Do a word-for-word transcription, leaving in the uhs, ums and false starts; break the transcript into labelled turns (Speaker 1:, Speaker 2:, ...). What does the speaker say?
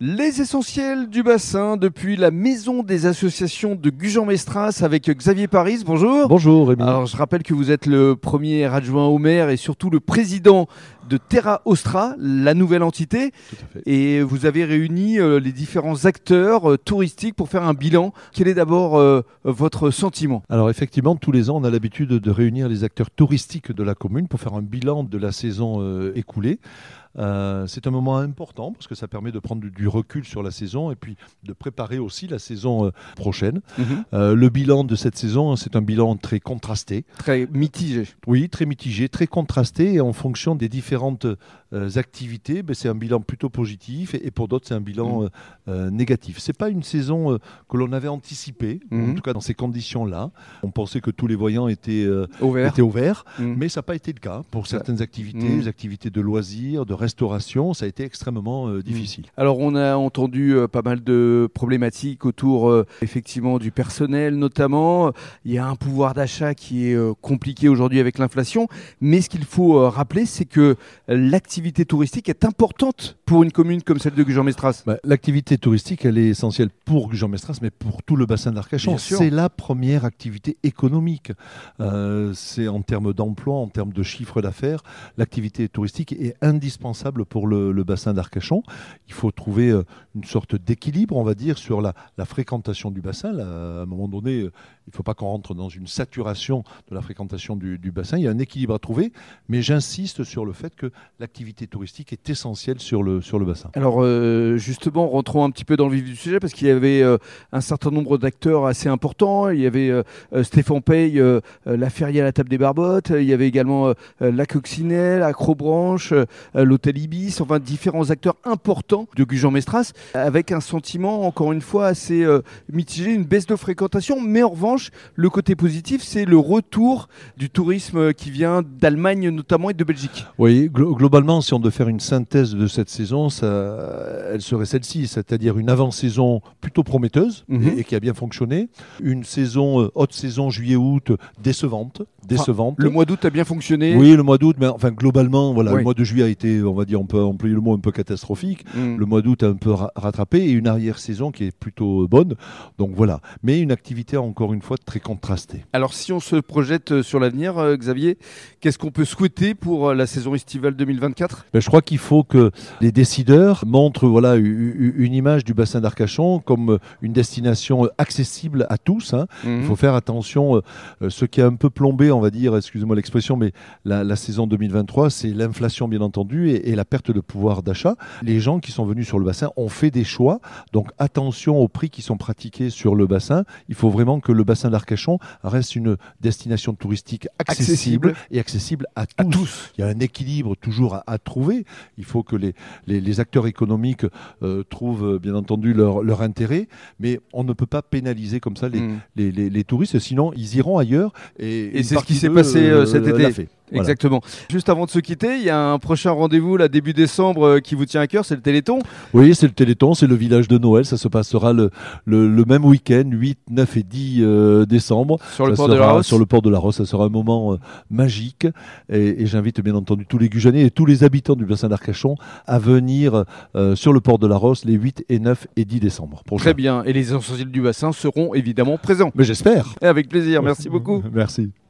Speaker 1: Les essentiels du bassin depuis la maison des associations de Gujan-Mestras avec Xavier Paris. Bonjour.
Speaker 2: Bonjour Rémi.
Speaker 1: Alors je rappelle que vous êtes le premier adjoint au maire et surtout le président de Terra Ostra, la nouvelle entité.
Speaker 2: Tout à fait.
Speaker 1: Et vous avez réuni euh, les différents acteurs euh, touristiques pour faire un bilan. Quel est d'abord euh, votre sentiment ?
Speaker 2: Alors effectivement, tous les ans, on a l'habitude de réunir les acteurs touristiques de la commune pour faire un bilan de la saison euh, écoulée. Euh, c'est un moment important parce que ça permet de prendre du, du recul sur la saison et puis de préparer aussi la saison euh, prochaine.
Speaker 1: Mmh.
Speaker 2: Euh, le bilan de cette saison, c'est un bilan très contrasté.
Speaker 1: Très mitigé.
Speaker 2: Oui, très mitigé, très contrasté et en fonction des différentes euh, activités, ben, c'est un bilan plutôt positif et, et pour d'autres, c'est un bilan
Speaker 1: Mmh.
Speaker 2: euh, euh, négatif. C'est pas une saison euh, que l'on avait anticipée,
Speaker 1: Mmh.
Speaker 2: en tout cas dans ces conditions-là. On pensait que tous les voyants étaient, euh,
Speaker 1: Au vert.
Speaker 2: étaient ouverts,
Speaker 1: Mmh.
Speaker 2: mais ça n'a pas été le cas. Pour certaines activités,
Speaker 1: Mmh.
Speaker 2: les activités de loisirs, de restauration, ça a été extrêmement euh, difficile.
Speaker 1: Alors on a entendu euh, pas mal de problématiques autour euh, effectivement du personnel notamment. Il y a un pouvoir d'achat qui est euh, compliqué aujourd'hui avec l'inflation, mais ce qu'il faut euh, rappeler, c'est que euh, l'activité touristique est importante pour une commune comme celle de Gujan-Mestras.
Speaker 2: Bah, l'activité touristique, elle est essentielle pour Gujan-Mestras, mais pour tout le bassin d'Arcachon.
Speaker 1: Bien sûr.
Speaker 2: C'est la première activité économique. Euh, c'est en termes d'emploi, en termes de chiffre d'affaires, l'activité touristique est indispensable pour le, le bassin d'Arcachon. Il faut trouver euh, une sorte d'équilibre, on va dire, sur la, la fréquentation du bassin. Là, à un moment donné, euh, il ne faut pas qu'on rentre dans une saturation de la fréquentation du, du bassin. Il y a un équilibre à trouver, mais j'insiste sur le fait que l'activité touristique est essentielle sur le, sur le bassin.
Speaker 1: Alors euh, justement, rentrons un petit peu dans le vif du sujet parce qu'il y avait euh, un certain nombre d'acteurs assez importants. Il y avait euh, euh, Stéphane Paye, euh, euh, la Feria à la table des Barbottes. Il y avait également euh, la Coccinelle, Acrobranche, euh, l'Hôtel Ibis. Enfin, différents acteurs importants de Gujan-Mestras avec un sentiment, encore une fois, assez euh, mitigé, une baisse de fréquentation. Mais en revanche, le côté positif, c'est le retour du tourisme qui vient d'Allemagne notamment et de Belgique.
Speaker 2: Oui, glo- globalement, si on devait faire une synthèse de cette saison, ça, elle serait celle-ci, c'est-à-dire une avant-saison plutôt prometteuse
Speaker 1: Mhm.
Speaker 2: et, et qui a bien fonctionné, une saison euh, haute saison juillet-août décevante, décevante.
Speaker 1: Le mois d'août a bien fonctionné.
Speaker 2: Oui, le mois d'août, mais enfin globalement, voilà,
Speaker 1: Oui.
Speaker 2: le mois de juillet a été, on va dire, on peut employer le mot un peu catastrophique.
Speaker 1: Mmh.
Speaker 2: Le mois d'août a un peu ra- rattrapé et une arrière-saison qui est plutôt bonne. Donc voilà, mais une activité encore une fois très contrastée.
Speaker 1: Alors si on se projette sur l'avenir, euh, Xavier, qu'est-ce qu'on peut souhaiter pour euh, la saison estivale deux mille vingt-quatre ?
Speaker 2: Ben, je crois qu'il faut que les décideurs montrent voilà, u- u- une image du bassin d'Arcachon comme une destination accessible à tous. Hein.
Speaker 1: Mmh.
Speaker 2: Il faut faire attention. Euh, ce qui a un peu plombé, on va dire, excusez-moi l'expression, mais la, la saison deux mille vingt-trois, c'est l'inflation bien entendu et, et la perte de pouvoir d'achat. Les gens qui sont venus sur le bassin ont fait des choix. Donc attention aux prix qui sont pratiqués sur le bassin. Il faut vraiment que le bassin d'Arcachon reste une destination touristique accessible,
Speaker 1: Accessible.
Speaker 2: et accessible à tous.
Speaker 1: À tous.
Speaker 2: Il y a un équilibre toujours à, à trouver. Il faut que les, les, les acteurs économiques euh, trouvent bien entendu leur, leur intérêt, mais on ne peut pas pénaliser comme ça les,
Speaker 1: Mmh.
Speaker 2: les, les, les touristes, sinon ils iront ailleurs. Et,
Speaker 1: Et
Speaker 2: une
Speaker 1: c'est ce
Speaker 2: partie
Speaker 1: qui s'est
Speaker 2: d'eux,
Speaker 1: passé euh, cet
Speaker 2: l'a
Speaker 1: été.
Speaker 2: fait. Voilà.
Speaker 1: Exactement. Juste avant de se quitter, il y a un prochain rendez-vous là début décembre euh, qui vous tient à cœur, c'est le Téléthon.
Speaker 2: Oui, c'est le Téléthon, c'est le village de Noël. Ça se passera le, le, le même week-end, huit, neuf et dix euh, décembre.
Speaker 1: Sur le
Speaker 2: Ça
Speaker 1: port de
Speaker 2: sera
Speaker 1: la Rosse.
Speaker 2: Sur le port de la Rosse, ça sera un moment euh, magique. Et, et j'invite bien entendu tous les Gujanais et tous les habitants du bassin d'Arcachon à venir euh, sur le port de la Rosse les huit et neuf et dix décembre prochains.
Speaker 1: Très bien. Et les essentiels du bassin seront évidemment présents.
Speaker 2: Mais j'espère.
Speaker 1: Et avec plaisir. Merci beaucoup.
Speaker 2: Merci.